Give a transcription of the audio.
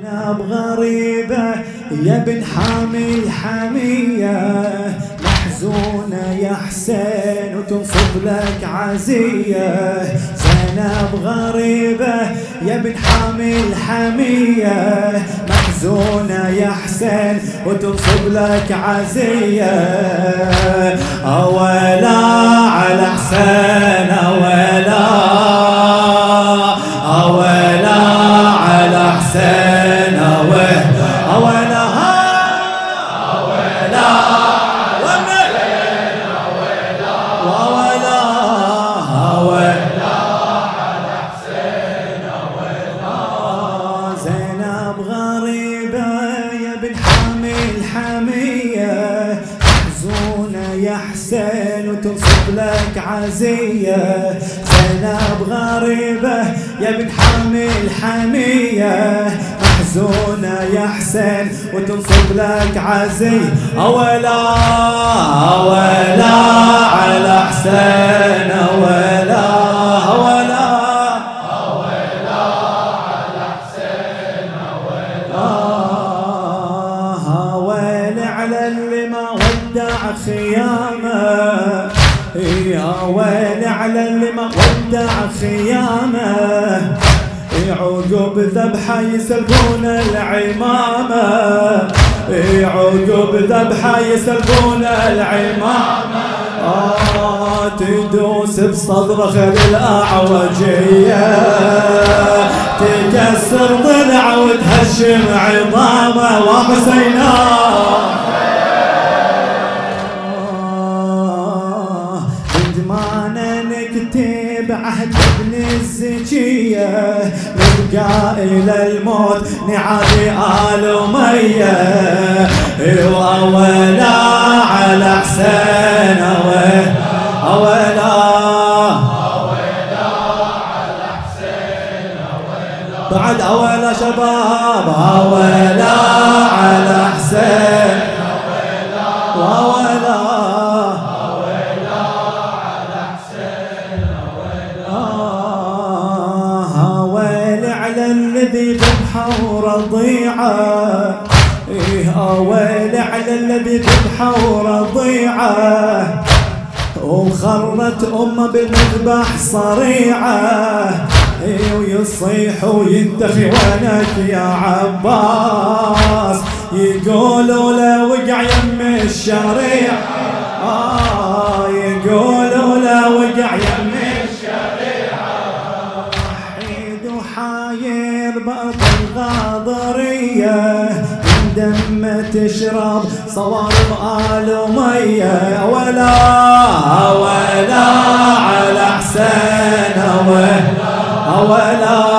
زينب غريبة يا بن حامي الحمية، محزونة يا حسين وتنصب لك عزية. زينب غريبة يا بن حامي الحمية، محزونة يا حسين وتنصب لك عزية. أولا على حسين أولا، أولا على حسين أولا، أولا أولا وأولا أولا على حسين أولا. زينب غريبة يا بن حامي الحمية، محزونة يا حسين وتنصب لك عزية. زينب غريبة يا بن حامي الحمية، محزونة يا حسين وتنصب لك عزية. أولا أولا على حسين أولا، أولا أولا على حسين أولا. ويل على اللي ما ودع خيامه، يا ويل على اللي ما ودع خيامه. عقب ذبحه يسلبون العمامة، عقب ذبحه يسلبون العمامة. تدوس بصدر خيل الأعوجية، تكسر ضلع وتهشم عظامه. وحسينا نكتب عهد ابن الزكية، نبقى إلى الموت نعادي آل أمية. وأولا على حسين أولا، أولا على حسين أولا. بعد أولا شباب، أولا على حسين وأولا الذي ذبحه رضيعه. ويل على الذي ذبحه رضيعه، وخرت أمه بالمذبح صريعه. ويصيح وينتخي وينك يا عباس، يقولوا له وقع يم الشريع. يقولوا له وقع يم حاير بطل غاضرية، من دم تشرب صوارم آل أمية. أولا أولا على حسين أولا، أولا